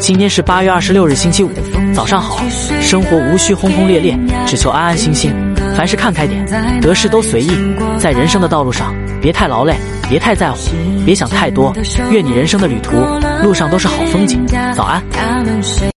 今天是8月26日，星期五，早上好。生活无需轰轰烈烈，只求安安心心。凡事看开点，得失都随意。在人生的道路上，别太劳累，别太在乎，别想太多。愿你人生的旅途路上都是好风景。早安。